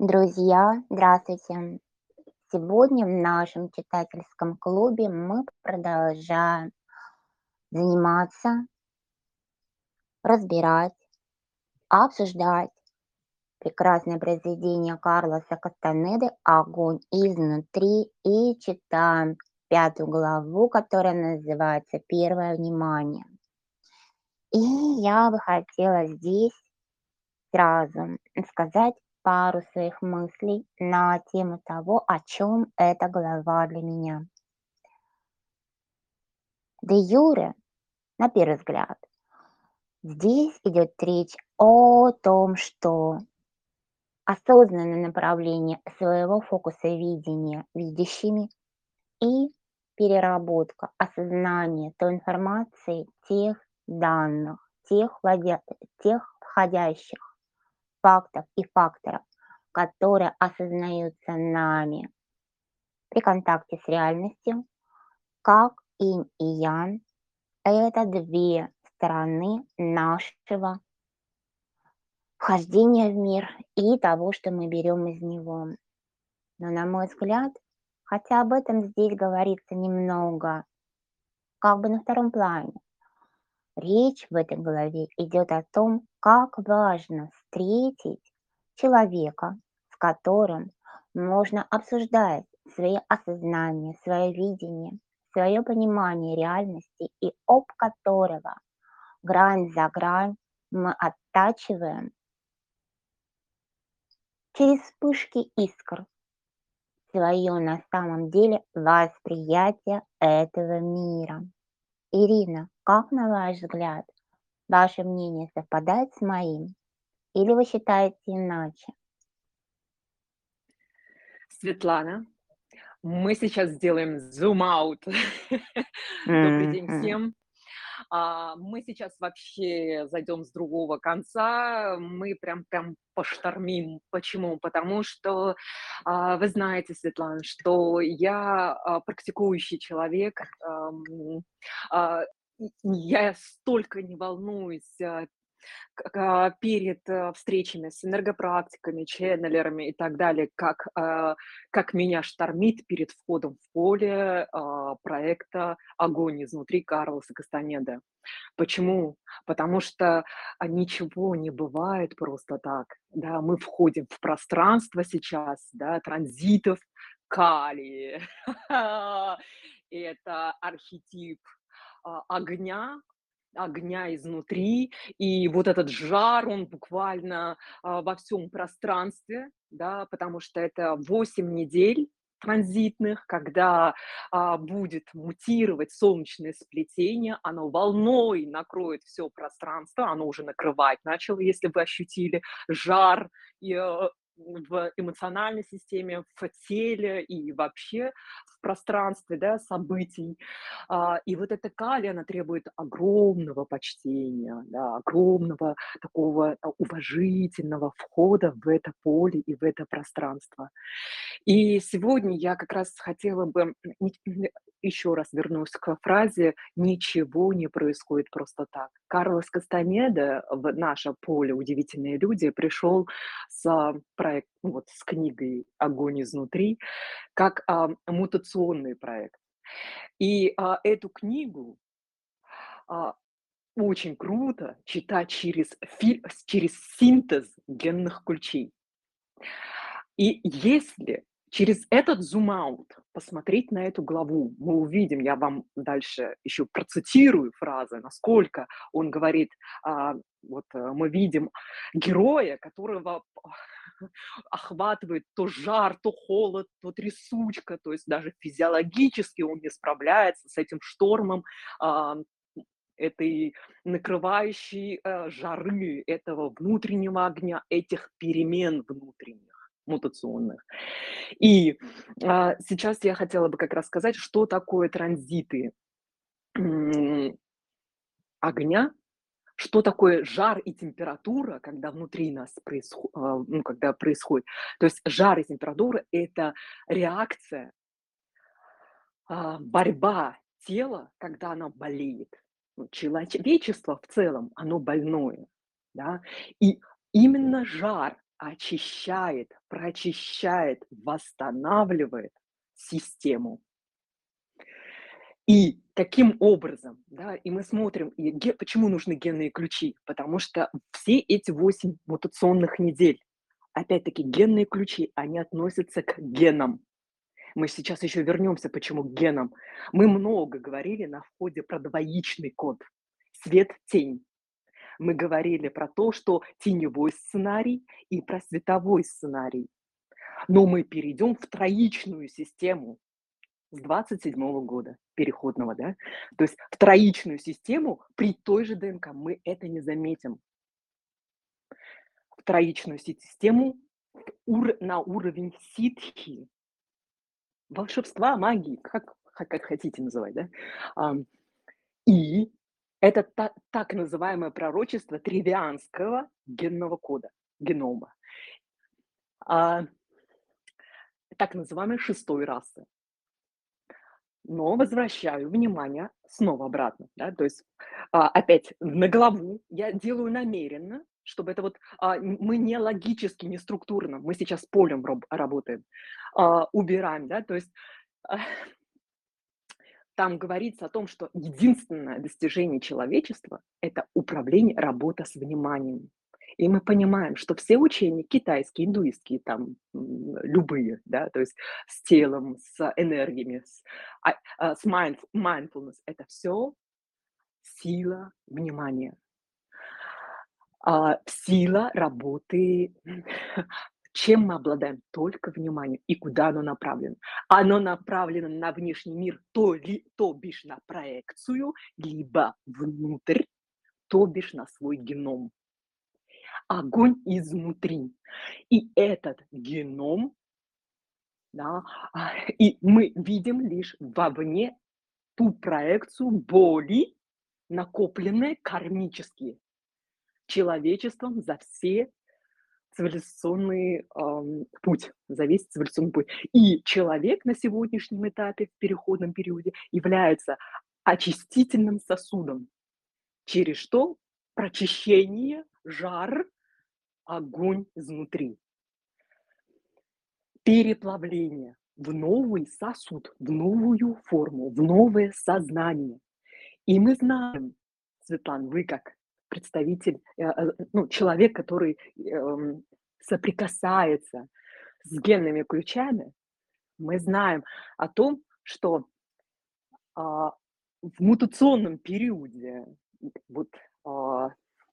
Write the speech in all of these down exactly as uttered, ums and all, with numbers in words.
Друзья, здравствуйте! Сегодня в нашем читательском клубе мы продолжаем заниматься разбирать, обсуждать прекрасное произведение Карлоса Кастанеды "Огонь изнутри" и читаем пятую главу, которая называется "Первое внимание". И я бы хотела здесь сразу сказать пару своих мыслей на тему того, о чём эта глава для меня. Де-юре, на первый взгляд, здесь идет речь о том, что осознанное направление своего фокуса видения видящими и переработка, осознание той информации, тех данных, тех входя тех входящих фактов и факторов, которые осознаются нами при контакте с реальностью, как инь и янь- это две стороны нашего вхождения в мир и того, что мы берем из него. Но, на мой взгляд, хотя об этом здесь говорится немного, как бы на втором плане, речь в этой главе идет о том, как важно встретить человека, с которым можно обсуждать свои осознания, свое видение, свое понимание реальности и об которого грань за грань мы оттачиваем через вспышки искр своё на самом деле восприятие этого мира. Ирина, как на ваш взгляд, ваше мнение совпадает с моим или вы считаете иначе? Светлана, мы сейчас сделаем зум-аут. Добрый день Мгм. всем! А, мы сейчас вообще зайдем с другого конца. Мы прям прям поштормим. Почему? Потому что, а, вы знаете, Светлана, что я, а, практикующий человек. Ам, а, и я столько не волнуюсь, а, к а, перед, а, встречами с энергопрактиками, ченнелерами и так далее, как, а, как меня штормит перед входом в поле, а, проекта "Огонь изнутри" Карлоса Кастанеды. Почему? Потому что, а, ничего не бывает просто так. Да, мы входим в пространство сейчас, да, транзитов Кали. Это архетип, а, огня огня изнутри. И вот этот жар, он буквально, а, во всём пространстве, да, потому что это восемь недель транзитных, когда, а, будет мутировать солнечное сплетение, оно волной накроет всё пространство, оно уже накрывать начало, если вы ощутили жар и, а, в эмоциональной системе, в теле и вообще в пространстве, да, событий. А, и вот эта Кали, она требует огромного почтения, да, огромного такого, а, уважительного входа в это поле и в это пространство. И сегодня я как раз хотела бы, еще раз вернусь к фразе: "Ничего не происходит просто так". Карлос Кастанеда в наше поле "Удивительные люди" пришел с проект ну, вот с книгой "Огонь изнутри" как, а, мутационный проект. И, а, эту книгу а, очень круто читать через фи через синтез генных ключей. И если через этот зум-аут посмотреть на эту главу, мы увидим, я вам дальше еще процитирую фразы, насколько он говорит, а, вот, мы видим героя, которого охватывает то жар, то холод, то трясучка, то есть даже физиологически он не справляется с этим штормом, а, этой накрывающей, а, жары, этого внутреннего огня, этих перемен внутренних, мутационных. И, а, сейчас я хотела бы как раз сказать, что такое транзиты, м, огня, что такое жар и температура, когда внутри нас происхо а, ну, когда происходит. То есть жар и температура- это реакция а, борьба тела, когда оно болеет. Ну, человечество в целом, оно больное, да. И именно жар очищает, прочищает, восстанавливает систему. И таким образом, да, и мы смотрим, и ге почему нужны генные ключи? Потому что все эти восемь мутационных недель, опять-таки, генные ключи, они относятся к генам. Мы сейчас еще вернемся, почему к генам. Мы много говорили на входе про двоичный код: свет-тень. Мы говорили про то, что теневой сценарий и про световой сценарий. Но мы перейдем в троичную систему с двадцать седьмого года, переходного, да. То есть в троичную систему при той же ДНК мы это не заметим. В троичную си систему ур на уровень ситхи, волшебства, магии, как ха как хотите называть, да. Ам, и это та так называемое пророчество тревианского генного кода, генома. А, так называемой шестой расы. Но возвращаю внимание снова обратно, да, то есть, а, опять на главу я делаю намеренно, чтобы это вот, а, м мы не логически, не структурно, мы сейчас полем роб работаем, а, убираем, да, то есть, а, там говорится о том, что единственное достижение человечества — это управление, работа с вниманием. И мы понимаем, что все учения китайские, индуистские, там, м, любые, да, то есть с телом, с энергиями, с, а, а, с mindf mindfulness — это все сила внимания. А, сила работы, чем мы обладаем? Только вниманием. И куда оно направлено? Оно направлено на внешний мир, то ли то бишь на проекцию, либо внутрь, то бишь на свой геном. Огонь изнутри. И этот геном, да, а, и мы видим лишь вовне ту проекцию боли, накопленные кармические человечеством за все цивилизационный, ам, путь, за весь цивилизационный путь. И человек на сегодняшнем этапе, в переходном периоде, является очистительным сосудом, через что прочищение, жар, огонь изнутри, переплавление в новый сосуд, в новую форму, в новое сознание. И мы знаем, Светлана, вы как представитель, э, э, ну, человек, который, эм, соприкасается с генными ключами, мы знаем о том, что, а, в мутационном периоде вот, а,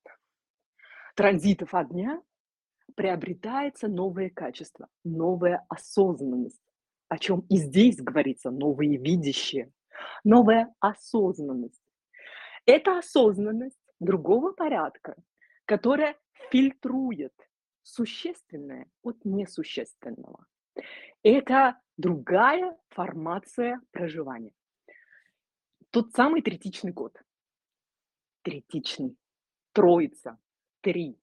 транзитов огня приобретается новое качество, новая осознанность, о чем и здесь говорится: новые видящие, новая осознанность. Это осознанность другого порядка, которая фильтрует существенное от несущественного. Это другая формация проживания. Тот самый третичный код. Третичный. Троица. Три.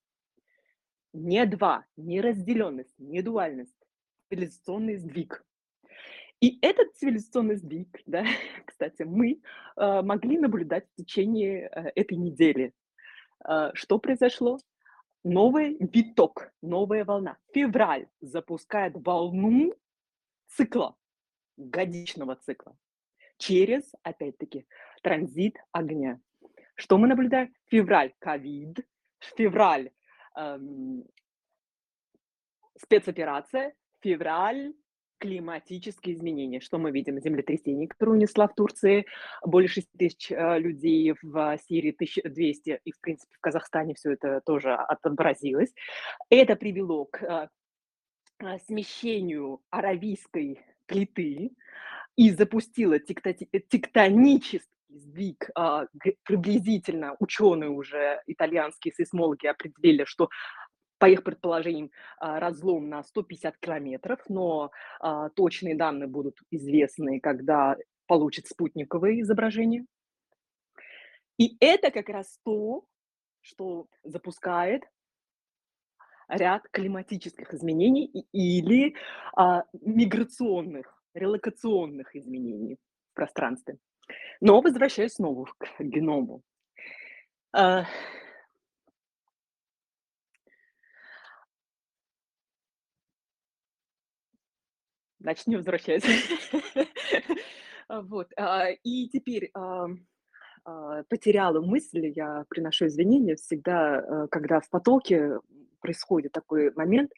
Не два, не разделенность, не дуальность. Цивилизационный сдвиг. И этот цивилизационный сдвиг, да, кстати, мы, э, могли наблюдать в течение, э, этой недели. Э, что произошло? Новый виток, новая волна. Февраль запускает волну цикла, годичного цикла, через, опять-таки, транзит огня. Что мы наблюдаем? Февраль — ковид, февраль, эм, спецоперация, февраль — климатические изменения. Что мы видим? Землетрясение, которое унесла в Турции более шести тысяч э, людей, в Сирии тысяча двести, и, в принципе, в Казахстане все это тоже отобразилось. Это привело к э, э, смещению аравийской плиты и запустило тектоти- э, тектонический сдвиг. а, г- Приблизительно ученые уже, итальянские сейсмологи, определили, что по их предположениям, а, разлом на сто пятьдесят километров, но а, точные данные будут известны, когда получат спутниковые изображения. И это как раз то, что запускает ряд климатических изменений и или, а, миграционных, релокационных изменений в пространстве. Но возвращаясь снова к геному. А, начни возвращать. А, вот, а, и теперь, ам, а, потеряла мысль, я приношу извинения всегда, э, когда в потоке происходит такой момент.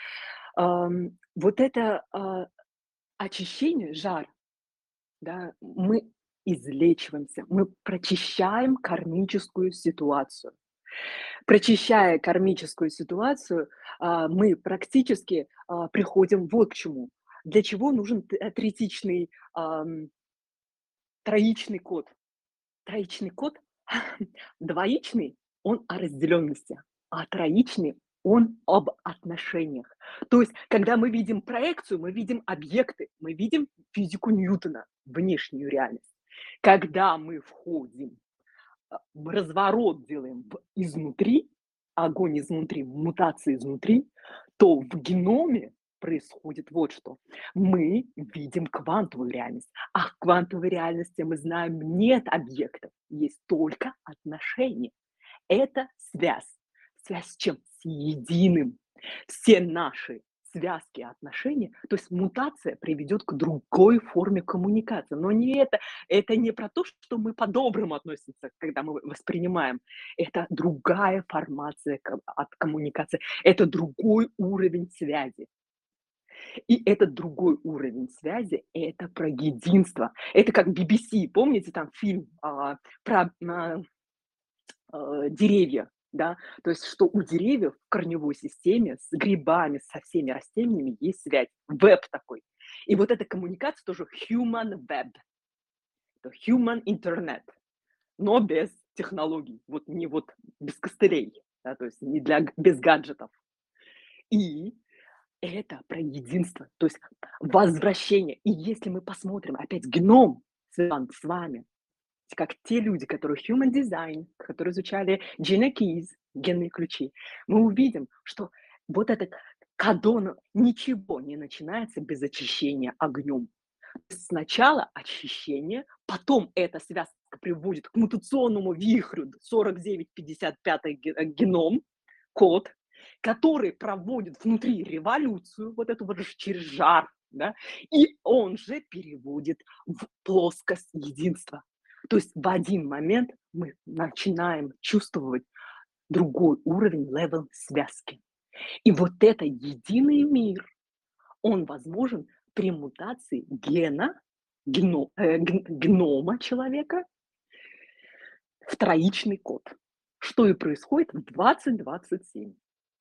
Ам, вот это, а, очищение, жар, да, мы излечиваемся, мы прочищаем кармическую ситуацию. Прочищая кармическую ситуацию, а, мы практически, а, приходим вот к чему. Для чего нужен т э, третичный, ам, троичный код? Троичный код, двоичный- он о разделенности, а троичный- он об отношениях. То есть, когда мы видим проекцию, мы видим объекты, мы видим физику Ньютона, внешнюю реальность. Когда мы входим, а, в разворот делаем в изнутри, огонь изнутри, мутации изнутри, то в геноме происходит вот что. Мы видим квантовую реальность, а в квантовой реальности мы знаем, нет объектов, есть только отношения. Это связь. Связь с чем? С единым. Все наши связки, отношения, то есть мутация приведет к другой форме коммуникации. Но не это, это не про то, что мы по-доброму относимся, когда мы воспринимаем. Это другая формация ко- от коммуникации. Это другой уровень связи. И этот другой уровень связи — это про единство. Это как би би си. Помните там фильм а, про а, э, деревья, да, то есть что у деревьев в корневой системе с грибами, со всеми растениями есть связь, веб такой. И вот эта коммуникация тоже human web, это human internet, но без технологий, вот не вот без костылей, да, то есть не для, г- без гаджетов. И это про единство, то есть возвращение. И если мы посмотрим опять геном Сван, с вами, как те люди, которые human design, которые изучали gene keys, генные ключи, мы увидим, что вот этот кадон, ничего не начинается без очищения огнем. Сначала очищение, потом эта связка приводит к мутационному вихрю сорок девять пятьдесят пять ге- э, геном, код, который проводит внутри революцию, вот эту вот ж- через жар, да, и он же переводит в плоскость единства. То есть в один момент мы начинаем чувствовать другой уровень, левел связки. И вот это единый мир, он возможен при мутации гена, гено э, г генома человека в троичный код, что и происходит в двадцать двадцать семь.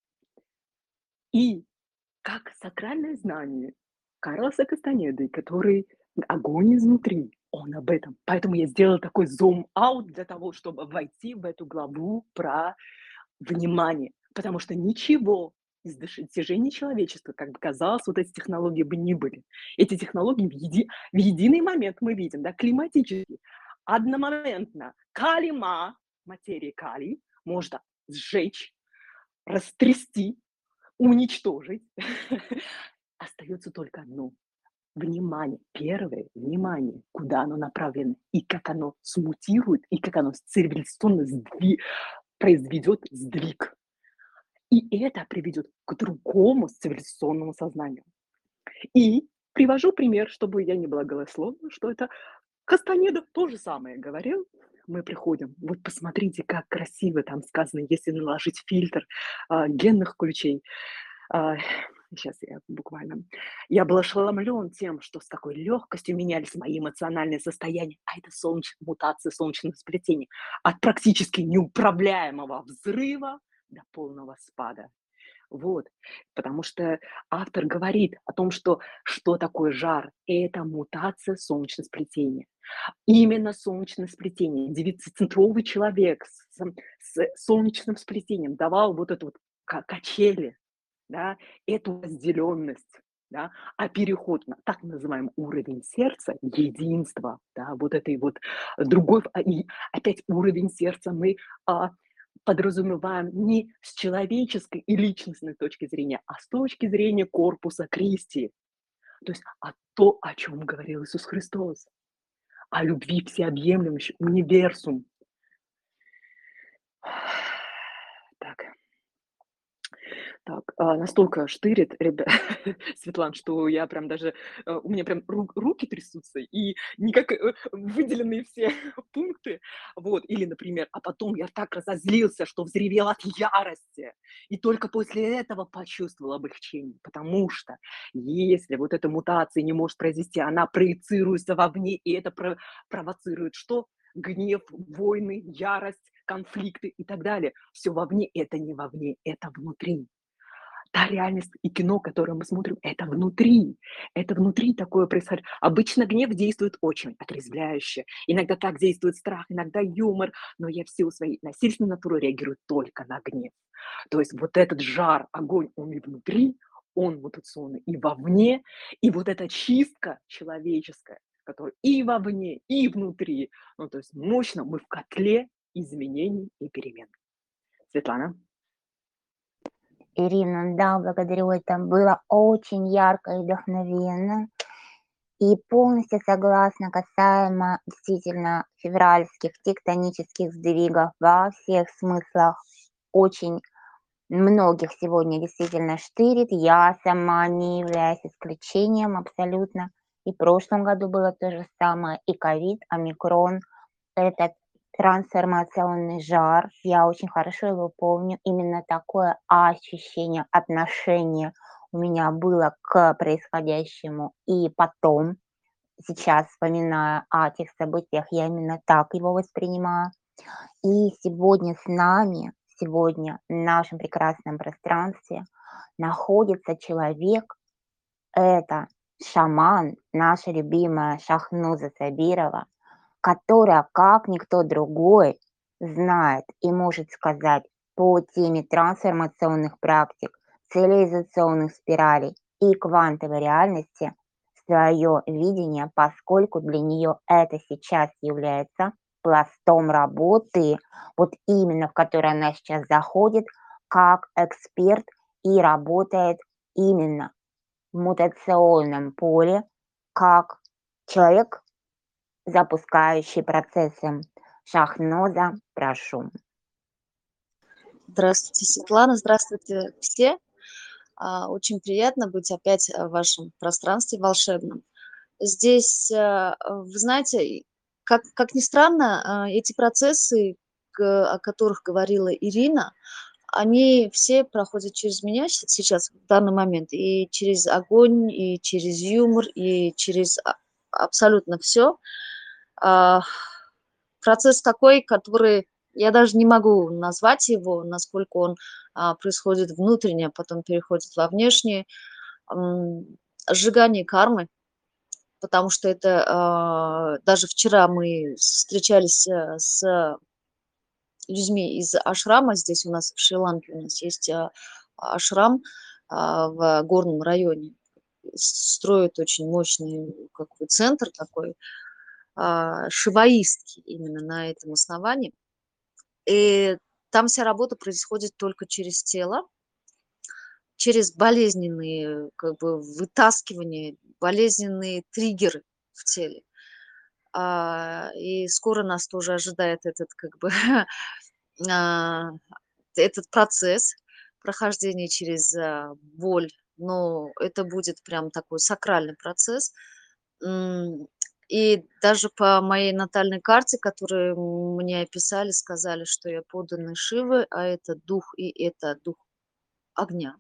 И как сакральное знание Карлоса Кастанеды, который огонь изнутри, он об этом. Поэтому я сделала такой зум-аут для того, чтобы войти в эту главу про внимание. Потому что ничего из достижений человечества, как бы казалось, вот эти технологии бы не были. Эти технологии в, еди- в единый момент мы видим, да, климатически, одномоментно калима, материи калий, можно сжечь, растрясти, уничтожить. Остается только одно — внимание. Первое — внимание, куда оно направлено, и как оно смутирует, и как оно цивилизационно сдви- произведет сдвиг. И это приведет к другому цивилизационному сознанию. И привожу пример, чтобы я не была голословна, что это Кастанедов то же самое говорил. Мы приходим, вот посмотрите, как красиво там сказано, если наложить фильтр а, генных ключей. А, Сейчас я буквально. Я был ошеломлен тем, что с такой легкостью менялись мои эмоциональные состояния. А это солнечная мутация солнечного сплетения. От практически неуправляемого взрыва до полного спада. Вот. Потому что автор говорит о том, что что такое жар? Это мутация солнечного сплетения. Именно солнечное сплетение. Девятицентровый человек с, с солнечным сплетением давал вот это вот ка- качели, да, эту разделенность, да, а переход на так называемый уровень сердца, единства, да, вот этой вот другой, а, и опять уровень сердца мы а, подразумеваем не с человеческой и личностной точки зрения, а с точки зрения корпуса Кристи, то есть а то, о чем говорил Иисус Христос, о любви всеобъемлющей, универсум. Так, Так, а, настолько штырит, ребя Светлан, что я прям даже, э, у меня прям ру руки трясутся, и никак, э, выделенные все пункты. Вот. Или, например: "А потом я так разозлился, что взревел от ярости, и только после этого почувствовал облегчение". Потому что если вот эта мутация не может произойти, она проецируется вовне, и это про провоцирует что? Гнев, войны, ярость, конфликты и так далее. Всё вовне. Это не вовне, это внутри. Та реальность и кино, которое мы смотрим, это внутри. Это внутри такое происходит. Обычно гнев действует очень отрезвляюще. Иногда так действует страх, иногда юмор, но я в силу своей насильственной натуры реагирую только на гнев. То есть вот этот жар, огонь, он и внутри, он мутационный и вовне. И вот эта чистка человеческая, которая и вовне, и внутри. Ну, то есть мощно мы в котле изменений и перемен. Светлана? Ирина, да, благодарю. Это было очень ярко и вдохновенно. И полностью согласна касаемо действительно февральских тектонических сдвигов во всех смыслах. Очень многих сегодня действительно штырит. Я сама не являюсь исключением абсолютно. И в прошлом году было то же самое. И ковид, омикрон, этот трансформационный жар. Я очень хорошо его помню. Именно такое ощущение, отношение у меня было к происходящему. И потом, сейчас, вспоминая о тех событиях, я именно так его воспринимаю. И сегодня с нами, сегодня в нашем прекрасном пространстве находится человек. Это шаман, наша любимая Шахнуза Сабирова, которая, как никто другой, знает и может сказать по теме трансформационных практик, цивилизационных спиралей и квантовой реальности свое видение, поскольку для нее это сейчас является пластом работы, вот именно в который она сейчас заходит как эксперт и работает именно в мутационном поле, как человек, запускающий процессы. Шахноза, прошу. Здравствуйте, Светлана, здравствуйте все. А, очень приятно быть опять, э, в вашем пространстве волшебном. Здесь, э, вы знаете, и как как ни странно, а, эти процессы, к о которых говорила Ирина, они все проходят через меня се сейчас, в данный момент. И через огонь, и через юмор, и через а абсолютно всё. А, процесс такой, который я даже не могу назвать его, насколько он, а, происходит внутренне, а потом переходит во внешнее. М, сжигание кармы, потому что это, а, даже вчера мы встречались, э, с людьми из ашрама. Здесь у нас, в Шри-Ланке, у нас есть, а, ашрам, а, в горном районе. С строят очень мощный как бы центр такой, а, шиваистский именно на этом основании. И там вся работа происходит только через тело через болезненные, как бы, вытаскивания, болезненные триггеры в теле. А, и скоро нас тоже ожидает этот, как бы, а, этот процесс прохождения через, а, боль, но это будет прям такой сакральный процесс. М, и даже по моей натальной карте, которую мне описали, сказали, что я подданный Шивы, а это дух, и это дух огня.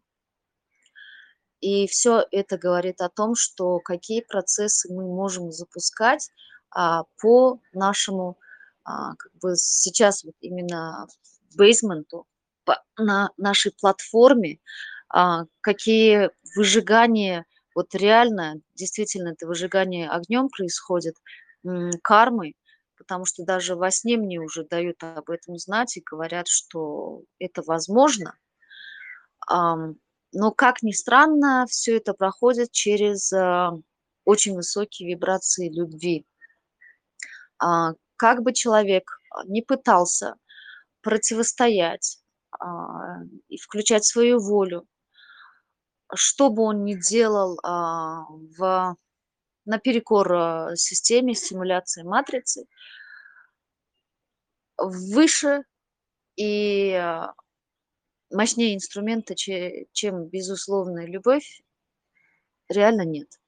И всё это говорит о том, что какие процессы мы можем запускать, а, по нашему, а, как бы сейчас вот именно бейсменту, по на нашей платформе, а, какие выжигания, вот реально, действительно, это выжигание огнем происходит, м, кармы, потому что даже во сне мне уже дают об этом знать и говорят, что это возможно. Ам, но, как ни странно, всё это проходит через, а, очень высокие вибрации любви. А, как бы человек, а, ни пытался противостоять, а, и включать свою волю что бы он ни делал, а, в наперекор, а, системе, симуляции матрицы выше и, а мощнее инструмента, че- чем безусловная любовь, реально нет.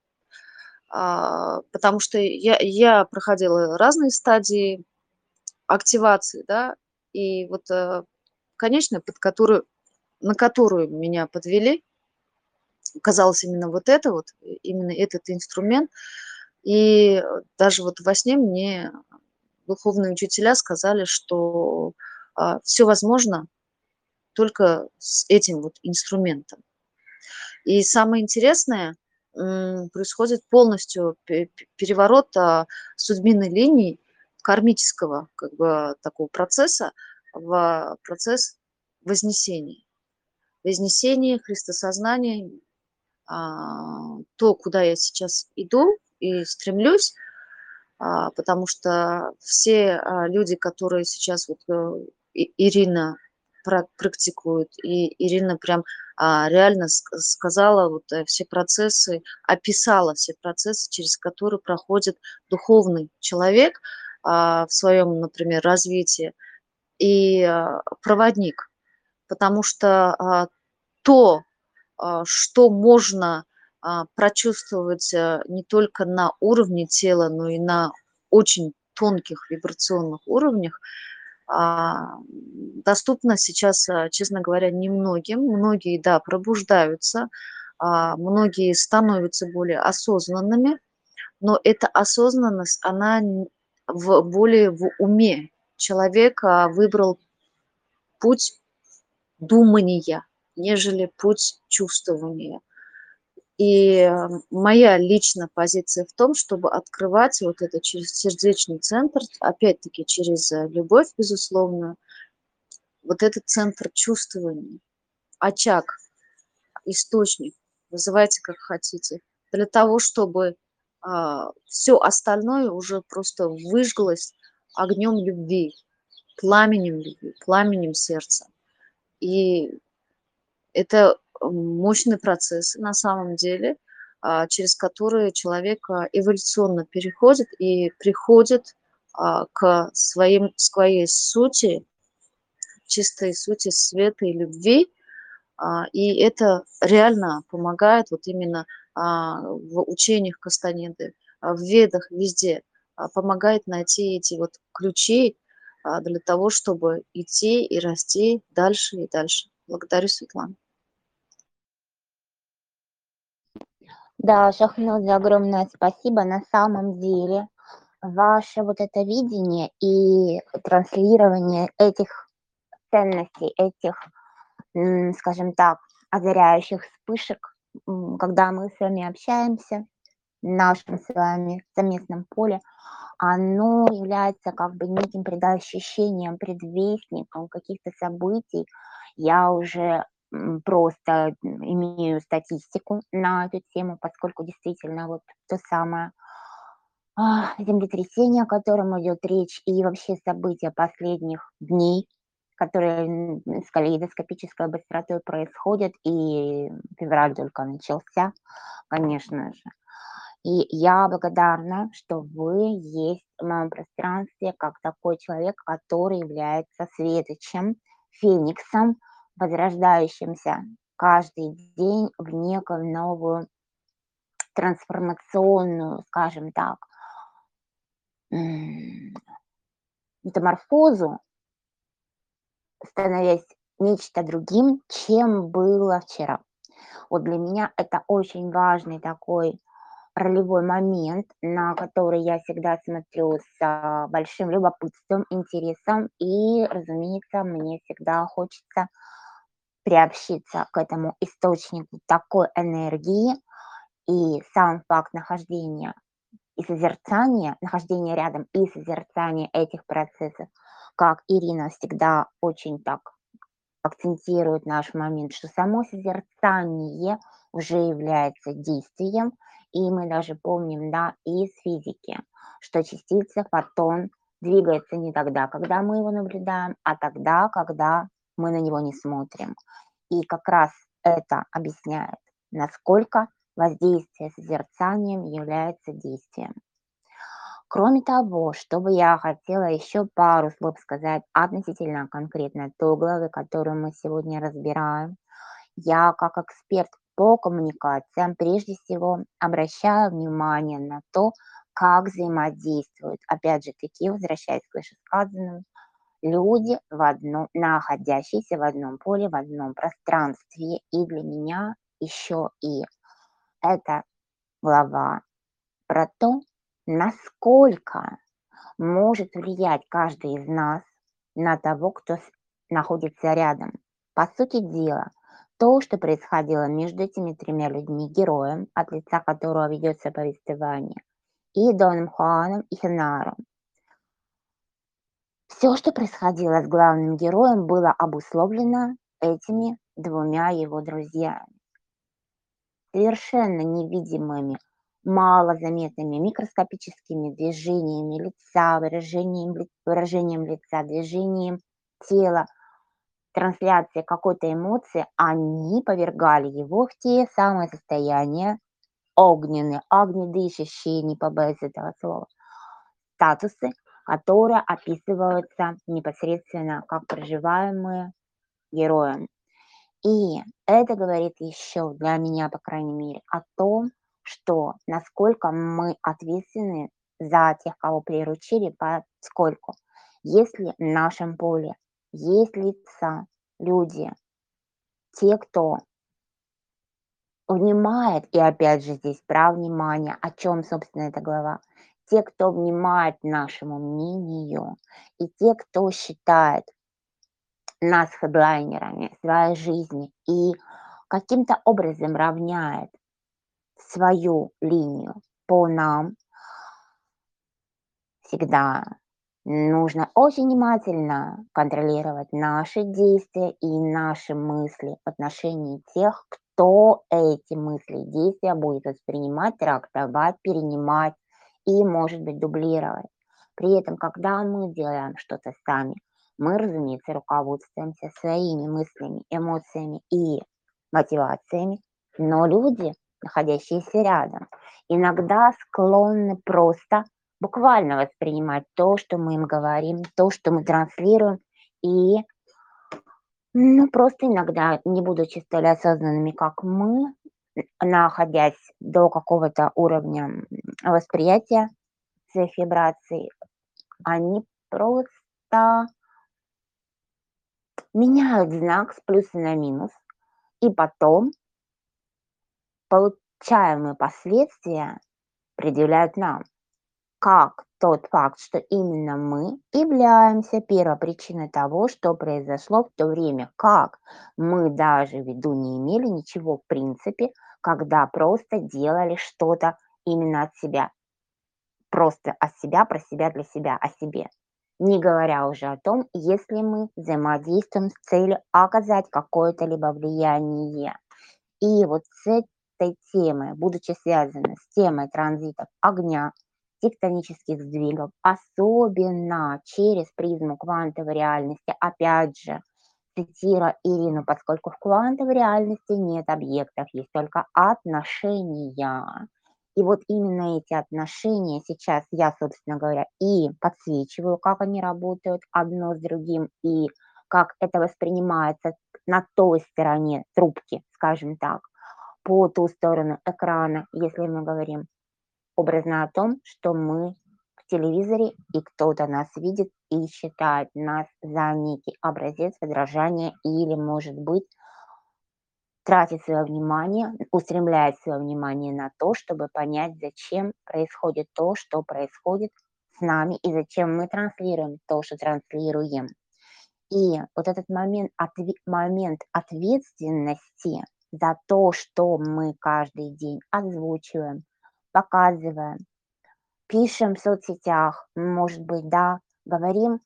А, потому что я, я проходила разные стадии активации, да, и вот э, конечная, под которую, на которую меня подвели, казалось именно вот это вот, э, именно этот инструмент. И э, даже вот во сне мне духовные учителя сказали, что все возможно только с этим вот инструментом. И самое интересное, м, происходит полностью пе- пе- переворот а, судьбинной линии кармического как бы такого процесса в процесс вознесения. Вознесение, христосознание, а, то, куда я сейчас иду и стремлюсь, а, потому что все а, люди, которые сейчас вот э, И- Ирина пра- практикует, и Ирина прям а, реально ск- сказала вот э, все процессы, описала все процессы, через которые проходит духовный человек а, в своем, например, развитии и а, проводник, потому что а, то, а, что можно а, прочувствовать а, не только на уровне тела, но и на очень тонких вибрационных уровнях, а, доступно сейчас, а, честно говоря, немногим. Многие, да, пробуждаются, а, многие становятся более осознанными, но эта осознанность, она н- в, более в уме. Человек а, выбрал путь думания, нежели путь чувствования. И э, моя личная позиция в том, чтобы открывать вот это через сердечный центр, опять-таки через э, любовь, безусловно, вот этот центр чувствования, очаг, источник, называйте как хотите, для того, чтобы все остальное уже просто выжглось огнем любви, пламенем любви, пламенем сердца. И это мощный процесс на самом деле, а, через который человек а, эволюционно переходит и приходит а, к своим, своей сути, чистой сути света и любви. А, И это реально помогает вот именно а, в учениях Кастанеды, а, в ведах, везде, а, помогает найти эти вот ключи а, для того, чтобы идти и расти дальше и дальше. Благодарю, Светлана. Да, Шахнуз, огромное спасибо. На самом деле, ваше вот это видение и транслирование этих ценностей, этих, м, скажем так, озаряющих вспышек, м, когда мы с вами общаемся в нашем с вами совместном поле, оно является как бы неким предощущением, предвестником каких-то событий. Я уже м, просто имею статистику на эту тему, поскольку действительно вот то самое а, землетрясение, о котором идет речь, и вообще события последних дней, которые м, с калейдоскопической быстротой происходят, и февраль только начался, конечно же. И я благодарна, что вы есть в моем пространстве как такой человек, который является светочем, фениксом, возрождающимся каждый день в некую новую трансформационную, скажем так, м, метаморфозу, становясь нечто другим, чем было вчера. Вот для меня это очень важный такой ролевой момент, на который я всегда смотрю с а, большим любопытством, интересом, и, разумеется, мне всегда хочется приобщиться к этому источнику такой энергии, и сам факт нахождения и созерцания, нахождения рядом и созерцания этих процессов, как Ирина всегда очень так акцентирует наш момент, что само созерцание уже является действием, и мы даже помним, да, из физики, что частица, фотон двигается не тогда, когда мы его наблюдаем, а тогда, когда мы на него не смотрим. И как раз это объясняет, насколько воздействие созерцанием является действием. Кроме того, что бы я хотела еще пару слов сказать относительно конкретно той главы, которую мы сегодня разбираем. Я, как эксперт по коммуникациям, прежде всего обращаю внимание на то, как взаимодействуют, опять же таки, возвращаясь к вышесказанному, люди, в одном, находящиеся в одном поле, в одном пространстве. И для меня еще и эта глава про то, насколько может влиять каждый из нас на того, кто с- находится рядом. По сути дела, то, что происходило между этими тремя людьми, героем, от лица которого ведется повествование, и Доном Хуаном и Хенаром. Все, что происходило с главным героем, было обусловлено этими двумя его друзьями, совершенно невидимыми, малозаметными микроскопическими движениями лица, выражением, ли- выражением лица, движением тела, трансляцией какой-то эмоции, они повергали его в те самые состояния огненные, огнедышащие, не побоюсь этого слова, статусы, которые описываются непосредственно как проживаемые героем. И это говорит еще для меня, по крайней мере, о том, что насколько мы ответственны за тех, кого приручили, поскольку если в нашем поле есть лица, люди, те, кто внимает, и опять же здесь про внимание, о чем, собственно, эта глава, те, кто внимает нашему мнению, и те, кто считает нас хедлайнерами своей жизни и каким-то образом равняет свою линию по нам, всегда нужно очень внимательно контролировать наши действия и наши мысли в отношении тех, кто эти мысли и действия будет воспринимать, трактовать, перенимать и, может быть, дублировать. При этом, когда мы делаем что-то сами, мы, разумеется, руководствуемся своими мыслями, эмоциями и мотивациями, но люди, находящиеся рядом, иногда склонны просто буквально воспринимать то, что мы им говорим, то, что мы транслируем, и, ну, просто иногда, не будучи столь осознанными, как мы, находясь до какого-то уровня м, восприятия своих вибраций, они просто меняют знак с плюса на минус, и потом получаемые последствия предъявляют нам. Как тот факт, что именно мы являемся первопричиной того, что произошло, в то время как мы даже в виду не имели ничего в принципе, когда просто делали что-то именно от себя, просто от себя, про себя, для себя, о себе. Не говоря уже о том, если мы взаимодействуем с целью оказать какое-то либо влияние. И вот с этой темой, будучи связаны с темой транзитов огня, тектонических сдвигов, особенно через призму квантовой реальности, опять же, цитируя Ирину, поскольку в квантовой реальности нет объектов, есть только отношения. И вот именно эти отношения сейчас я, собственно говоря, и подсвечиваю, как они работают одно с другим, и как это воспринимается на той стороне трубки, скажем так, по ту сторону экрана, если мы говорим образно о том, что мы в телевизоре, и кто-то нас видит и считает нас за некий образец подражания или, может быть, тратит свое внимание, устремляет свое внимание на то, чтобы понять, зачем происходит то, что происходит с нами, и зачем мы транслируем то, что транслируем. И вот этот момент, отве- момент ответственности за то, что мы каждый день озвучиваем, показываем, пишем в соцсетях, может быть, да, говорим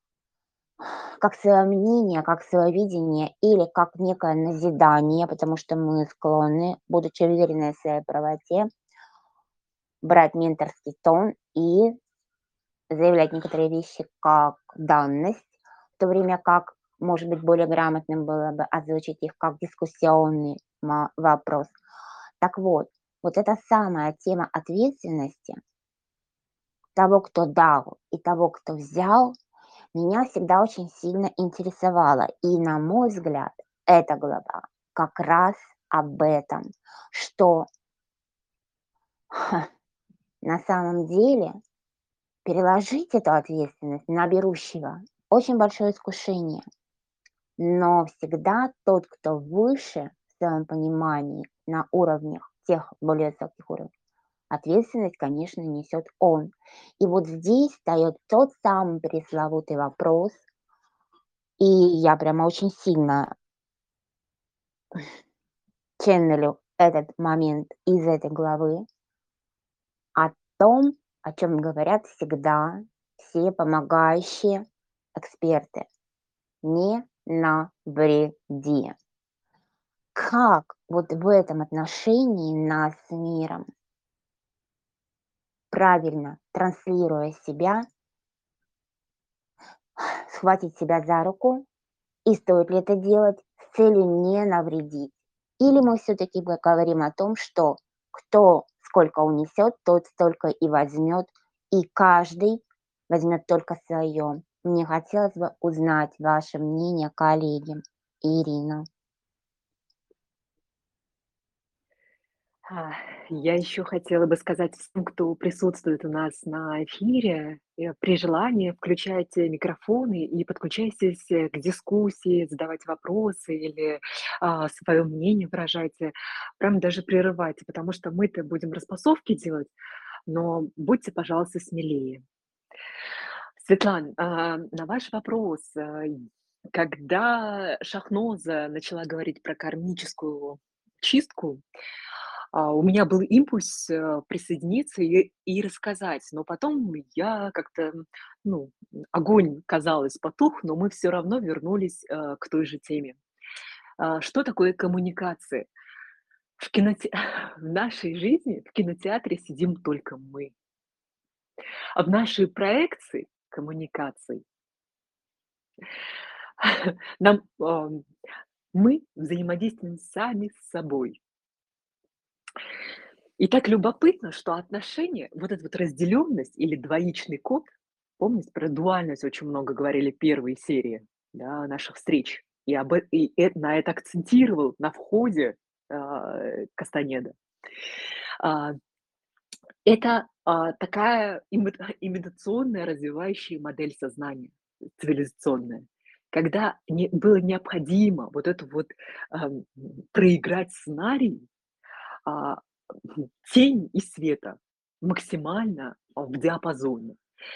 как свое мнение, как свое видение или как некое назидание, потому что мы склонны, будучи уверены в своей правоте, брать менторский тон и заявлять некоторые вещи как данность, в то время как, может быть, более грамотным было бы озвучить их как дискуссионный ма- вопрос. Так вот, вот эта самая тема ответственности, того, кто дал, и того, кто взял, меня всегда очень сильно интересовало. И, на мой взгляд, эта глава как раз об этом, что на самом деле переложить эту ответственность на берущего очень большое искушение. Но всегда тот, кто выше в своем понимании на уровнях, тех более высоких уровнях, ответственность, конечно, несет он. И вот здесь встает тот самый пресловутый вопрос, и я прямо очень сильно ченнелю этот момент из этой главы, о том, о чем говорят всегда все помогающие эксперты. Не навреди. Как вот в этом отношении нас с миром, правильно транслируя себя, схватить себя за руку, и стоит ли это делать с целью не навредить? Или мы все-таки говорим о том, что кто сколько унесет, тот столько и возьмет, и каждый возьмет только свое. Мне хотелось бы узнать ваше мнение, коллеги. Ирина. А, Я еще хотела бы сказать всем, кто присутствует у нас на эфире, э, при желании включайте микрофоны и подключайтесь э, к дискуссии, задавайте вопросы или а, свое мнение выражайте, прям даже прерывайте, потому что мы-то будем распасовки делать, но будьте, пожалуйста, смелее. Светлана, а, на ваш вопрос, а, когда Шахноза начала говорить про кармическую чистку, а, у меня был импульс, э, присоединиться и и рассказать, но потом я как-то, ну, огонь, казалось, потух, но мы все равно вернулись, э, к той же теме. А, что такое коммуникация? В киноте в нашей жизни в кинотеатре сидим только мы, а в нашей проекции коммуникаций нам, ам, мы взаимодействуем сами с собой. И так любопытно, что отношения, вот эта вот разделенность или двоичный код, помните, про дуальность очень много говорили первые серии, да, наших встреч, и, об, э- и э- на это акцентировал на входе а, Кастанеда. А, это а, такая имит- имитационная развивающая модель сознания, цивилизационная, когда не, было необходимо вот это вот ам, проиграть сценарий, а, тень и света максимально а, в диапазоне.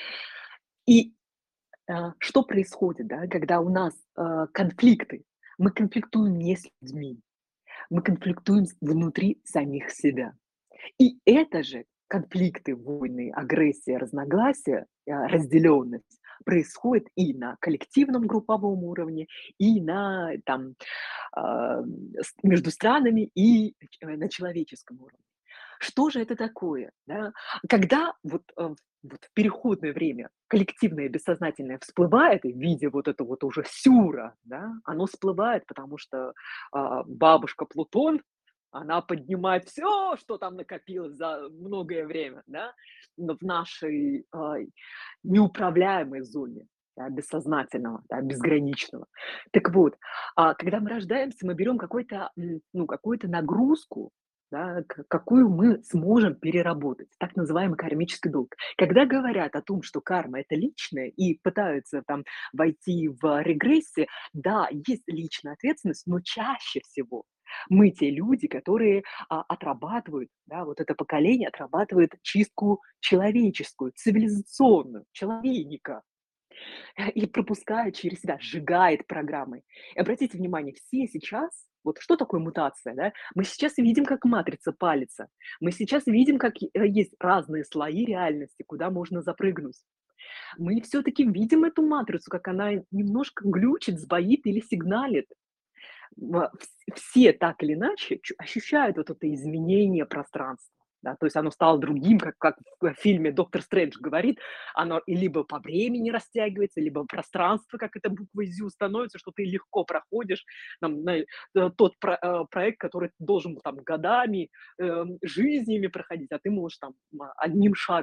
И а, что происходит, да, когда у нас а, конфликты? Мы конфликтуем не с людьми, мы конфликтуем с- внутри самих себя. И это же конфликты, войны, агрессия, разногласия, а, разделенность происходит и на коллективном групповом уровне, и на там а, с- между странами, и э, на человеческом уровне. Что же это такое, да? Когда вот, э, вот в переходное время коллективное бессознательное всплывает в виде вот этого вот уже сюра, да, оно всплывает, потому что а, бабушка Плутон, она поднимает все, что там накопилось за многое время, да, но в нашей а, неуправляемой зоне, да, бессознательного, да, безграничного. Так вот, а, когда мы рождаемся, мы берем какой-то, м, ну, какую-то нагрузку, да, к какую мы сможем переработать, так называемый кармический долг. Когда говорят о том, что карма — это личное, и пытаются там войти в регрессию, да, есть личная ответственность, но чаще всего мы те люди, которые а, отрабатывают, да, вот это поколение отрабатывает чистку человеческую, цивилизационную, человейника, и пропускает через себя, сжигает программы. И обратите внимание, все сейчас, вот что такое мутация, да? Мы сейчас видим, как матрица палится. Мы сейчас видим, как э, есть разные слои реальности, куда можно запрыгнуть. Мы все-таки видим эту матрицу, как она немножко глючит, сбоит или сигналит. Ва- вс- Все так или иначе чу- ощущают вот это изменение пространства. Да, то есть оно стало другим, как, как в фильме «Доктор Стрэндж» говорит, оно и либо по времени растягивается, либо пространство, как это буква «зю» становится, что ты легко проходишь там, на, э, тот про- э, проект, который должен был там годами, эм, жизнями проходить, а ты можешь там а, одним шагом.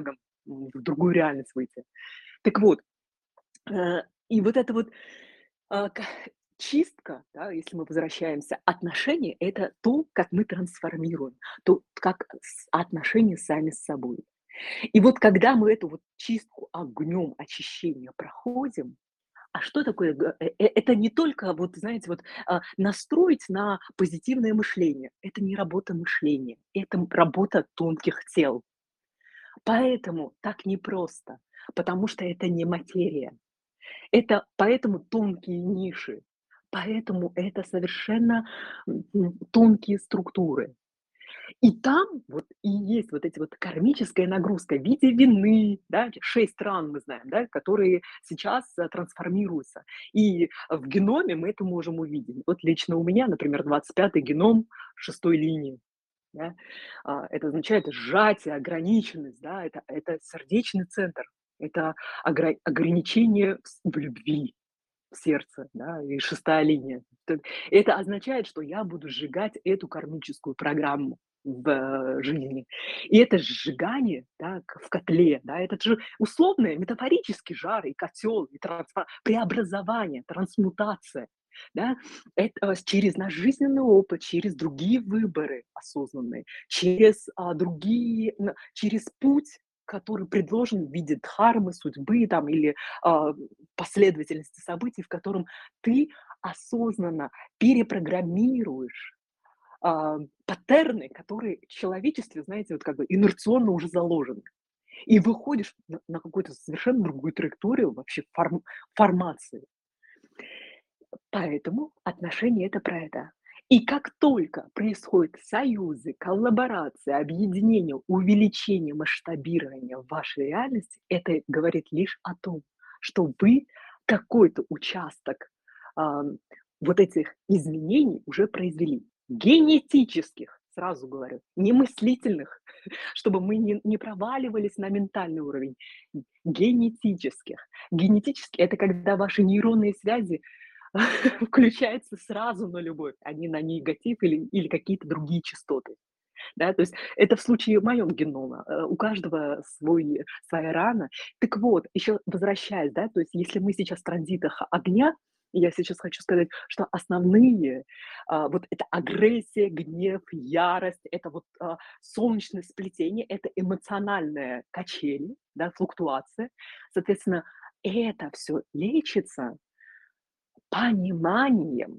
м, в другую реальность выйти. Так вот, э, и вот это вот, а, ка чистка, да, если мы возвращаемся, отношения — это то, как мы трансформируем, то, как с отношения сами с собой. И вот когда мы эту вот чистку огнем очищения проходим, а что такое г э э это не только вот, знаете, вот, а, настроить на позитивное мышление. Это не работа мышления, это м работа тонких тел. Поэтому так непросто, потому что это не материя. Это поэтому тонкие ниши, поэтому это совершенно, м, м, тонкие структуры. И там вот и есть вот эти вот кармическая нагрузка в виде вины, да, шесть ран мы знаем, да, которые сейчас, э, трансформируются. И в геноме мы это можем увидеть. Вот лично у меня, например, двадцать пятый геном шестой линии, да. А, это означает сжатие, ограниченность, да, это это сердечный центр, это огра ограничение с в любви, в сердце, да, и шестая линия. Т это означает, что я буду сжигать эту кармическую программу в, э, жизни. И это сжигание, да, к в котле, да, это же условное, метафорический жар и котел, и трансфа преобразование, трансмутация, да. Это с через наш жизненный опыт, через другие выборы осознанные, через, а, другие н через путь, который предложен в виде дхармы, судьбы там или, а, последовательности событий, в котором ты осознанно перепрограммируешь, а, паттерны, которые в человечестве, знаете, вот как бы инерционно уже заложены. И выходишь на на какую-то совершенно другую траекторию вообще форм формации. Поэтому отношения — это про это. И как только происходят союзы, коллаборации, объединения, увеличение масштабирования в вашей реальности, это говорит лишь о том, что вы какой-то участок, ам, вот этих изменений уже произвели. Генетических, сразу говорю, не мыслительных, чтобы мы не не проваливались на ментальный уровень. Генетических. Генетически — это когда ваши нейронные связи включается сразу на любовь, а не на негатив или или какие-то другие частоты. Да, то есть это в случае в моем генома. Э, у каждого свой своя рана. Так вот, еще возвращаясь, да, то есть если мы сейчас в транзитах огня, я сейчас хочу сказать, что основные, а, вот это агрессия, гнев, ярость, это вот, а, солнечное сплетение, это эмоциональные качели, да, флуктуация. Соответственно, это все лечится пониманием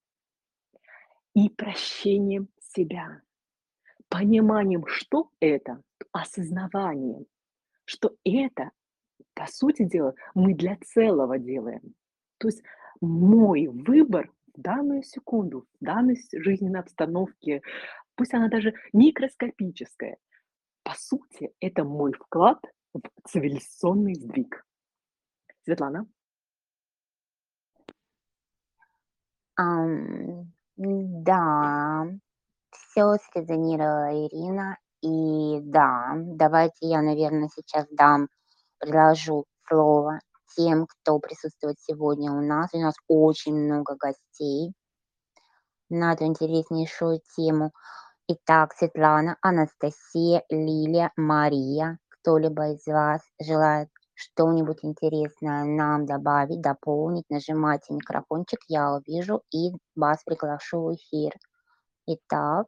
и прощением себя. Пониманием, что это, осознаванием, что это, по сути дела, мы для целого делаем. То есть мой выбор в данную секунду, в данной с жизненной обстановке, пусть она даже микроскопическая, по сути, это мой вклад в цивилизационный сдвиг. Светлана? Ам, да, все срезонировала Ирина. И да, давайте я, наверное, сейчас дам, предложу слово тем, кто присутствует сегодня у нас. У нас очень много гостей на эту интереснейшую тему. Итак, Светлана, Анастасия, Лилия, Мария. Кто-либо из вас желает что-нибудь интересное нам добавить, дополнить, нажимайте микрофончик, я увижу и вас приглашу в эфир. Итак,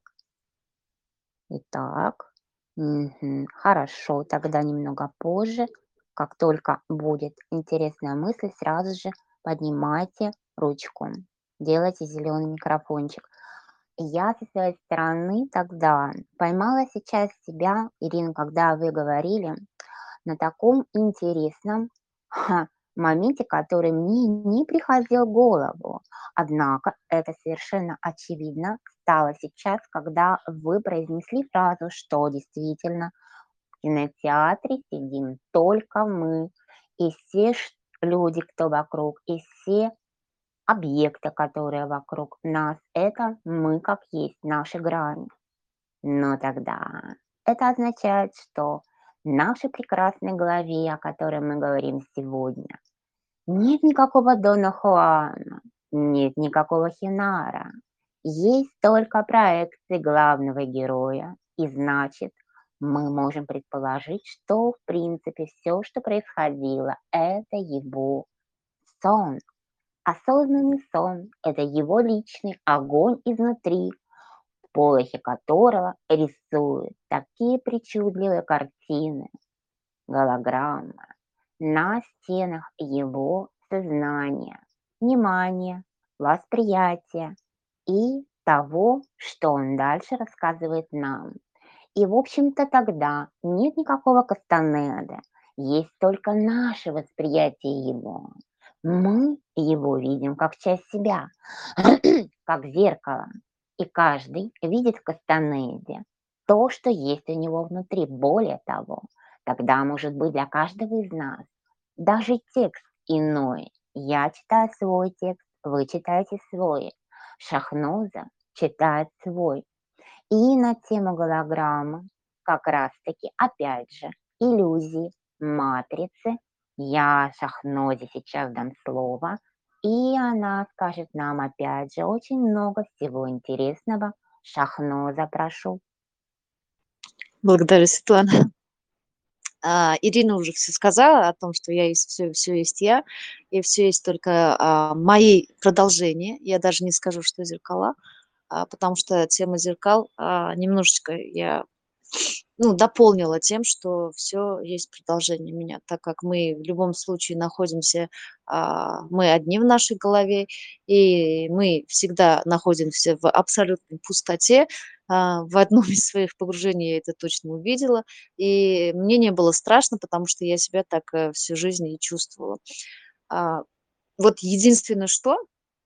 итак, мгм, хорошо, тогда немного позже, как только будет интересная мысль, сразу же поднимайте ручку, делайте зеленый микрофончик. Я со своей стороны тогда поймала сейчас себя, Ирина, когда вы говорили, на таком интересном ха, моменте, который мне не приходил в голову. Однако это совершенно очевидно стало сейчас, когда вы произнесли фразу, что действительно в кинотеатре сидим только мы, и все ш- люди, кто вокруг, и все объекты, которые вокруг нас, это мы как есть, наши грани. Но тогда это означает, что в нашей прекрасной голове, о которой мы говорим сегодня, нет никакого Дона Хуана, нет никакого Хинара. Есть только проекции главного героя. И значит, Мы можем предположить, что в принципе все, что происходило, это его сон. Осознанный сон– это его личный огонь изнутри, в полохе которого рисуют такие причудливые картины, голограммы на стенах его сознания, внимания, восприятия и того, что он дальше рассказывает нам. И, в общем-то, тогда нет никакого Кастанеды, есть только наше восприятие его. Мы его видим как часть себя, как зеркало. И каждый видит в Кастанеде то, что есть у него внутри. Более того, тогда может быть для каждого из нас даже текст иной. Я читаю свой текст, вы читаете свой. Шахноза читает свой. И на тему голограммы как раз-таки, опять же, иллюзии, матрицы. Я Шахнозе сейчас дам слово, и она скажет нам опять же очень много всего интересного. Шахноза, прошу. Благодарю, Светлана. А, Ирина уже все сказала о том, что я есть все, все есть я, и все есть только а, мои продолжения. Я даже не скажу, что зеркала, а, потому что тема зеркал а, немножечко я ну, дополнила тем, что все есть продолжение меня, так как мы в любом случае находимся, а, мы одни в нашей голове, и мы всегда находимся в абсолютной пустоте. А, в одном из своих погружений я это точно увидела, и мне не было страшно, потому что я себя так э, всю жизнь и чувствовала. А, Вот единственное, что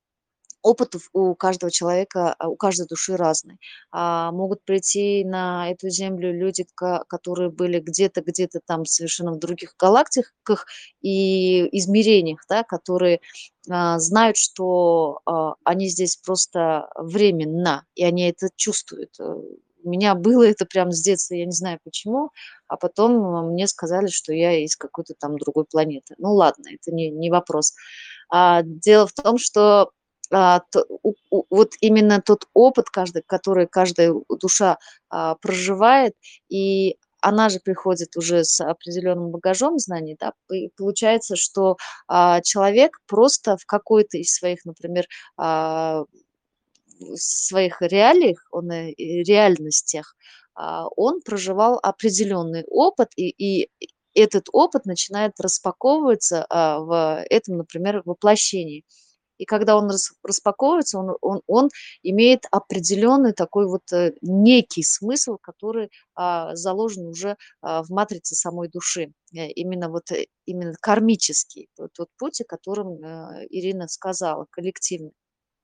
опыт в у каждого человека, а, у каждой души разный. А, могут прийти на эту землю люди, ка которые были где-то где-то там совершенно в других галактиках и измерениях, да, которые, а, знают, что, а, они здесь просто временно, и они это чувствуют. Э, у меня было это прям с детства, я не знаю почему, а потом, а, мне сказали, что я из какой-то там другой планеты. Ну ладно, это не не вопрос. А, дело в том, что а, т у у вот именно тот опыт, каждый, который каждая душа, а, проживает, и она же приходит уже с определенным багажом знаний, да. И получается, что, а, человек просто в какой-то из своих, например, а, в своих реалиях, он, э, и реальностях, а, он проживал определенный опыт, и и этот опыт начинает распаковываться, а, в этом, например, воплощении. И когда он рас распаковывается, он он он имеет определенный такой вот, э, некий смысл, который, а, заложен уже, а, в матрице самой души. Э, именно вот, э, именно кармический, вот тот путь, о котором, э, Ирина сказала, коллективный.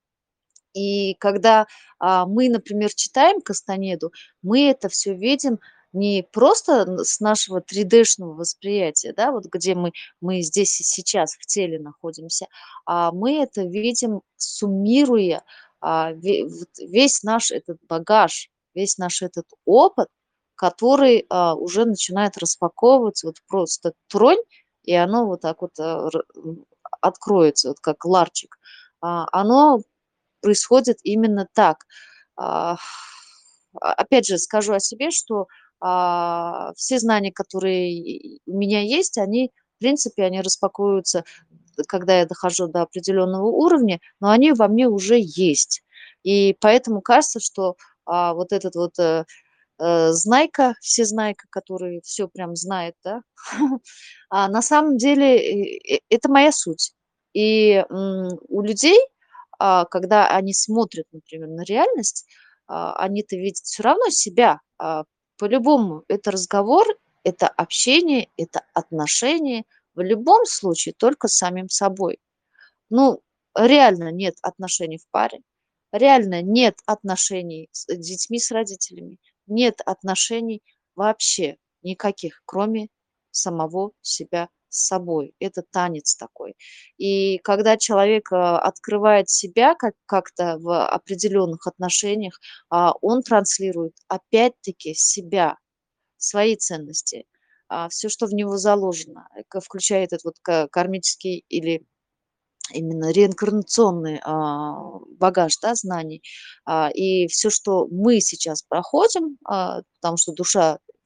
И когда, а, мы, например, читаем Кастанеду, мы это все видим не просто н с нашего три-дэшного восприятия, да, вот где мы мы здесь и сейчас в теле находимся, а мы это видим, суммируя, а, ве вот весь наш этот багаж, весь наш этот опыт, который, а, уже начинает распаковываться. Вот просто тронь, и оно вот так вот, а, р м, откроется, вот как ларчик. А, оно происходит именно так. А, а, Опять же, скажу о себе, что а, все знания, которые и у меня есть, они, в принципе, они распаковываются, когда я дохожу до определенного уровня, но они во мне уже есть. И поэтому кажется, что а, вот этот вот э, э, знайка, всезнайка, который все прям знает, да, а на самом деле э, э, это моя суть. И м, у людей, а, когда они смотрят, например, на реальность, а, они-то видят все равно себя. А, по-любому это разговор, это общение, это отношения. В любом случае только с самим собой. Ну, реально нет отношений в паре, реально нет отношений с детьми, с родителями, нет отношений вообще никаких, кроме самого себя с собой. Это танец такой. И когда человек, а, открывает себя как как-то в определенных отношениях, а, он транслирует опять-таки себя, свои ценности, все, что в него заложено, э, ка включая этот вот ка кармический или именно реинкарнационный, а, багаж, да, знаний. А, и все, что мы сейчас проходим, а, потому что душа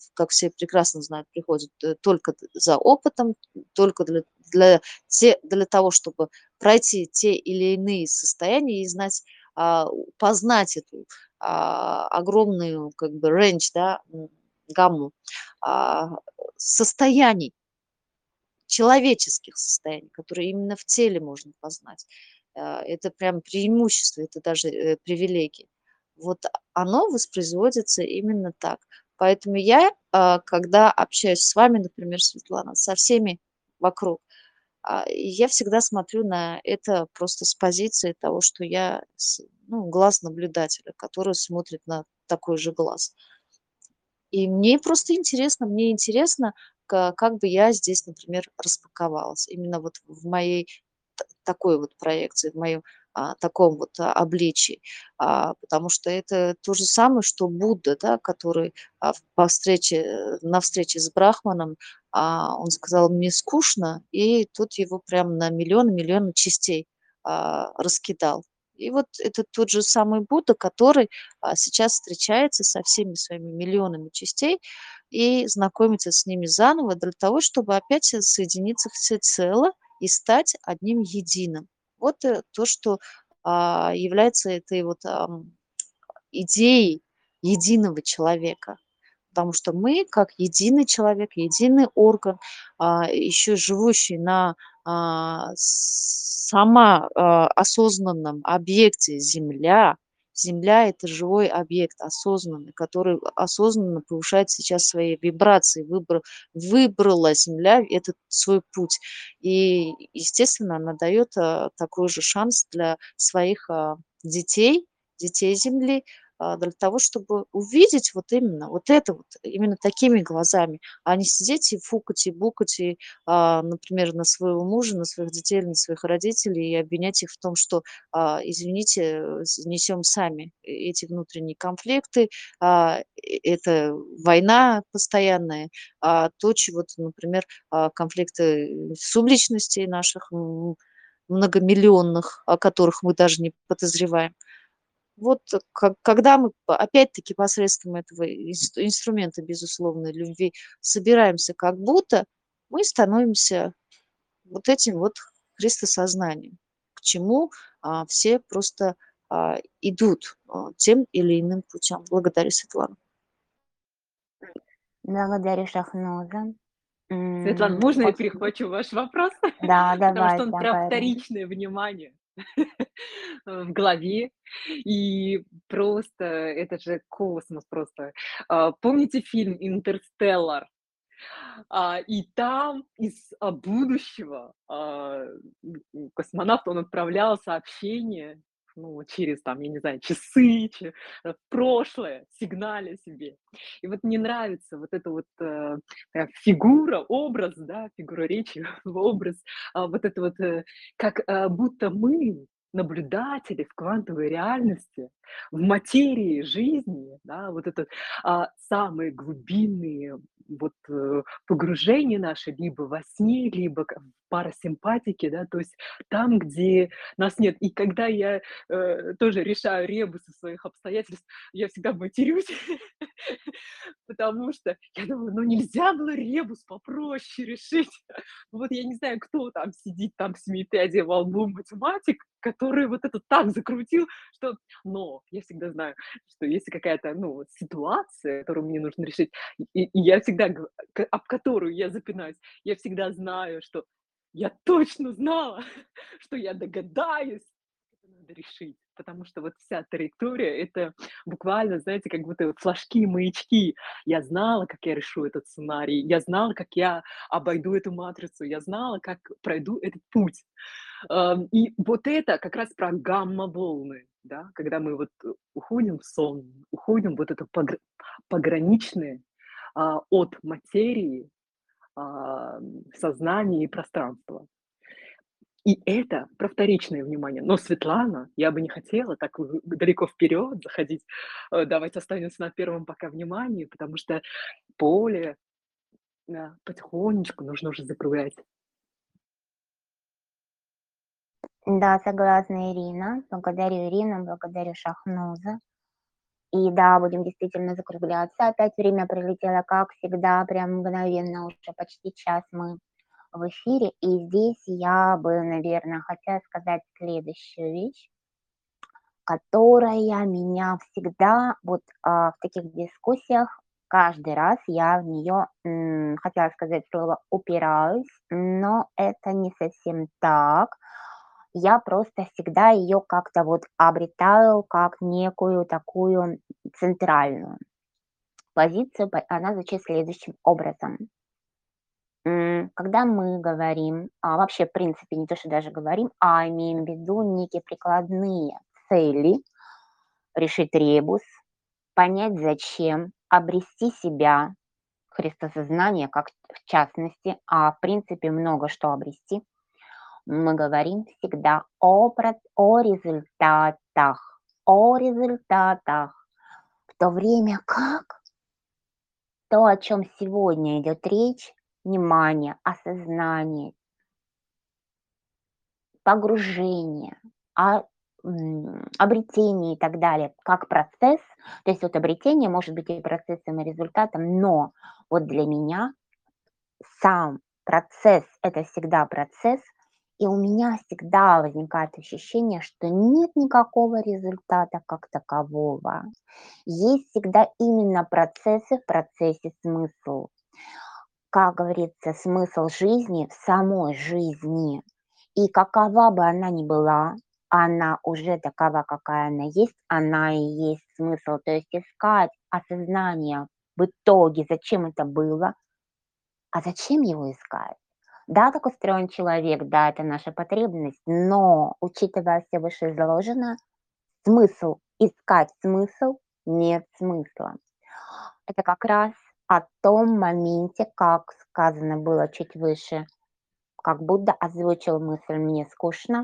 как все прекрасно знают, приходят э, только д- за опытом, только для, для, те, для того, чтобы пройти те или иные состояния и знать, а, у- познать эту а, огромную как бы range, да, м, гамму а, состояний, человеческих состояний, которые именно в теле можно познать. А, Это прям преимущество, это даже э, привилегия. Вот оно воспроизводится именно так. Поэтому я, а, когда общаюсь с вами, например, Светлана, со всеми вокруг, а, я всегда смотрю на это просто с позиции того, что я, с- ну, глаз наблюдателя, который смотрит на такой же глаз. И мне просто интересно, мне интересно, ка как бы я здесь, например, распаковалась. Именно вот в моей т такой вот проекции, в моем, а, таком вот, а, обличии. А, потому что это то же самое, что Будда, да, который, а, в по встрече, э, на встрече с Брахманом, а, он сказал: "Мне скучно", и тут его прям на миллионы миллионы частей, а, раскидал. И вот это тот же самый Будда, который а, сейчас встречается со всеми своими миллионами частей и знакомится с ними заново для того, чтобы опять э, соединиться всецело и стать одним единым. Вот э, то, что а, является этой вот ам, идеей единого человека. Потому что мы, как единый человек, единый орган, а, еще живущий на а, сама а, осознанном объекте Земля. Земля– это живой объект, осознанный, который осознанно повышает сейчас свои вибрации. Выбор, выбрала Земля этот свой путь. И, естественно, она дает а, такой же шанс для своих а, детей, детей Земли, а, для того, чтобы увидеть вот именно вот это вот, именно такими глазами, а не сидеть и фукать, и букать, и, а, например, на своего мужа, на своих детей, или на своих родителей и обвинять их в том, что, а, извините, э, с- несем сами э- эти внутренние конфликты, а, э, это война постоянная, а то, чего, например, а, конфликты субличностей наших м, многомиллионных, о которых мы даже не подозреваем. Вот э, ко когда мы п опять-таки посредством этого инс инструмента безусловной любви собираемся как будто, мы становимся вот этим вот христосознанием, к чему, а, все просто, а, идут, а, тем или иным путем. Благодарю, Светлана. Благодарю, Шахноза. Светлана, М, можно я ос перехвачу ваш вопрос? Да, Потому что давайте, он про говори. вторичное внимание в голове. И просто это же космос просто. А, Помните фильм «Интерстеллар»? А, и там из, а, будущего, а, м, м, космонавт, он отправлял сообщение, ну, вот через там, я не знаю, часы, че э, в прошлое, сигналя себе. И вот мне нравится вот эта вот, э, э, фигура, образ, да, фигура речи, образ, а, вот это вот, э, как, э, будто мы наблюдатели в квантовой реальности, в материи жизни, да, вот это, а, самые глубинные вот, э, погружение наше либо во сне, либо к в парасимпатике, да, то есть там, где нас нет. И когда я, э, тоже решаю ребусы своих обстоятельств, я всегда матерюсь, потому что я думаю: "Ну, нельзя было ребус попроще решить". Вот я не знаю, кто там сидит, там семипядей во лбу математик, который вот это так закрутил, что но я всегда знаю, что если какая-то, ну, вот ситуация, которую мне нужно решить, и и я всегда гов к об которую я запинаюсь, я всегда знаю, что я точно знала, что я догадаюсь, как это надо решить. Потому что вот вся траектория- это буквально, знаете, как будто флажки, маячки. Я знала, как я решу этот сценарий, я знала, как я обойду эту матрицу, я знала, как пройду этот путь. Ам, и вот это как раз про гамма-волны, да, когда мы вот, э, уходим в сон, уходим вот это погр пограничное, а, от материи, ам, сознания и пространства. И это про вторичное внимание. Но Светлана, я бы не хотела так в далеко вперед заходить. Э, давайте останемся на первом пока внимании, потому что поле, да, потихонечку нужно уже закруглять. Да, согласна, Ирина. Благодарю, Ирина, благодарю, Шахноза. И да, будем действительно закругляться. Опять время пролетело, как всегда, прям мгновенно, уже почти час мы в эфире. И здесь я бы, наверное, хотела сказать следующую вещь, которая меня всегда вот а, в таких дискуссиях каждый раз я в нее, м, хотела сказать слово упираюсь, но это не совсем так. Я просто всегда ее как-то вот обретаю как некую такую центральную позицию. По- Она звучит следующим образом. М, Когда мы говорим, а вообще, в принципе, не то, что даже говорим, а имеем в виду некие прикладные цели, решить ребус, понять зачем, обрести себя, христосознание, как в частности, а в принципе много что обрести, мы говорим всегда о, про- о результатах, о результатах, в то время как то, о чем сегодня идет речь, внимание, осознание, погружение, а, м, обретение и так далее, как процесс. То есть вот обретение может быть и процессом, и результатом, но вот для меня сам процесс — это всегда процесс, и у меня всегда возникает ощущение, что нет никакого результата как такового. Есть всегда именно процессы, в процессе смысл. Как говорится, смысл жизни в самой жизни. И какова бы она ни была, она уже такова, какая она есть, она и есть смысл. То есть искать осознание в итоге, зачем это было, а зачем его искать? Да, так устроен человек, да, это наша потребность, но, учитывая все вышеизложенное, смысл, искать смысл, нет смысла. Это как раз о том моменте, как сказано было чуть выше, как будто озвучил мысль «мне скучно».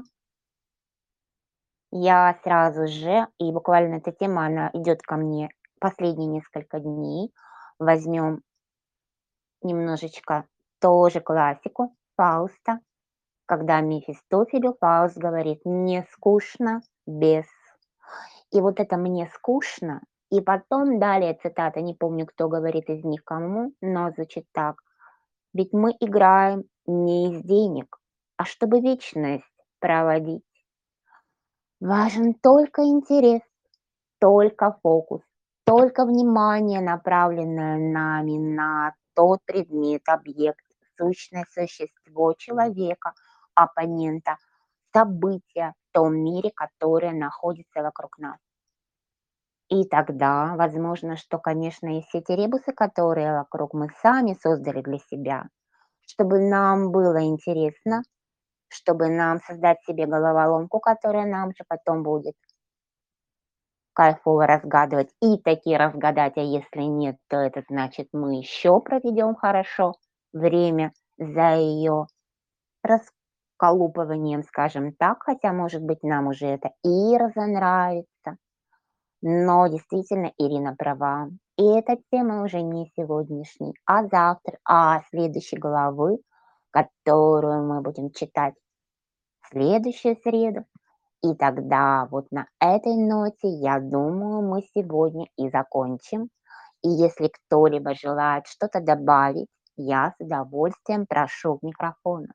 Я сразу же, и буквально эта тема, она идет ко мне последние несколько дней, возьмем немножечко тоже классику Фауста, когда Мефистофелю Фауст говорит «мне скучно без». И вот это «мне скучно», и потом далее цитата, не помню, кто говорит из них кому, но звучит так: «Ведь мы играем не из денег, а чтобы вечность проводить. Важен только интерес, только фокус, только внимание, направленное нами на тот предмет, объект, сущное существо человека, оппонента, события в том мире, которое находится вокруг нас». И тогда, возможно, что, конечно, и все те ребусы, которые вокруг, мы сами создали для себя, чтобы нам было интересно, чтобы нам создать себе головоломку, которая нам же потом будет кайфово разгадывать и таки разгадать, а если нет, то это значит, мы еще проведем хорошо время за ее расколупыванием, скажем так, хотя, может быть, нам уже это и разонравится. Но действительно, Ирина права. И эта тема уже не сегодняшней, а завтра, а следующей главы, которую мы будем читать в следующую среду. И тогда вот на этой ноте, я думаю, мы сегодня и закончим. И если кто-либо желает что-то добавить, я с удовольствием прошу к микрофону.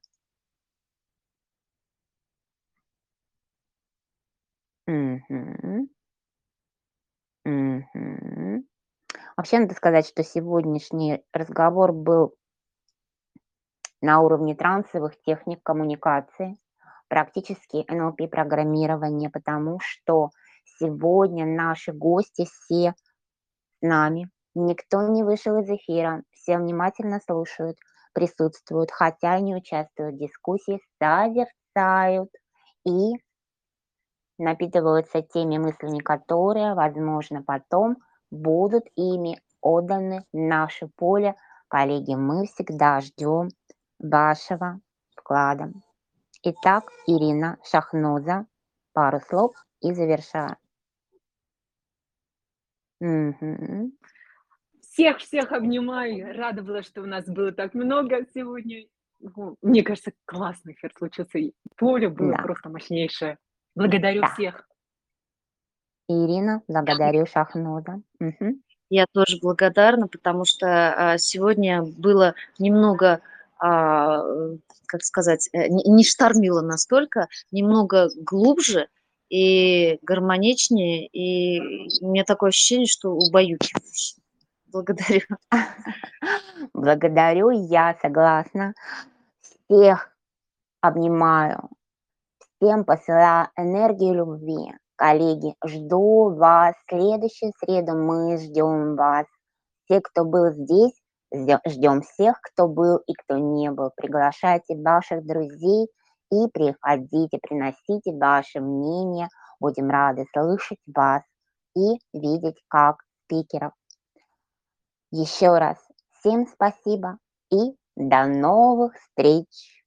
Мгм. Мгм. Вообще надо сказать, что сегодняшний разговор был на уровне трансовых техник коммуникации, практически эн эл пи-программирования, потому что сегодня наши гости все с нами. Никто не вышел из эфира, все внимательно слушают, присутствуют, хотя и не участвуют в дискуссии, созерцают и напитываются теми мыслями, которые, возможно, потом будут ими отданы в наше поле. Коллеги, мы всегда ждем вашего вклада. Итак, Ирина Шахноза, пару слов и завершаю. Мгм. Всех-всех обнимаю. Рада была, что у нас было так много сегодня. Ну, мне кажется, классный эфир случился. И поле было Да, просто мощнейшее. Благодарю да. всех. Ирина, благодарю Шахноза. Мгм. Я тоже благодарна, потому что, а, сегодня было немного, а, э, как сказать, э, не не штормило настолько, немного глубже и гармоничнее, и у меня такое ощущение, что убаюкивающе. Благодарю. Благодарю, я согласна. Всех обнимаю, всем посылаю энергию любви. Коллеги, жду вас. В следующую среду мы ждем вас. Все, кто был здесь, ждем всех, кто был и кто не был. Приглашайте ваших друзей и приходите, приносите ваше мнение. Будем рады слышать вас и видеть как спикеров. Еще раз всем спасибо и до новых встреч!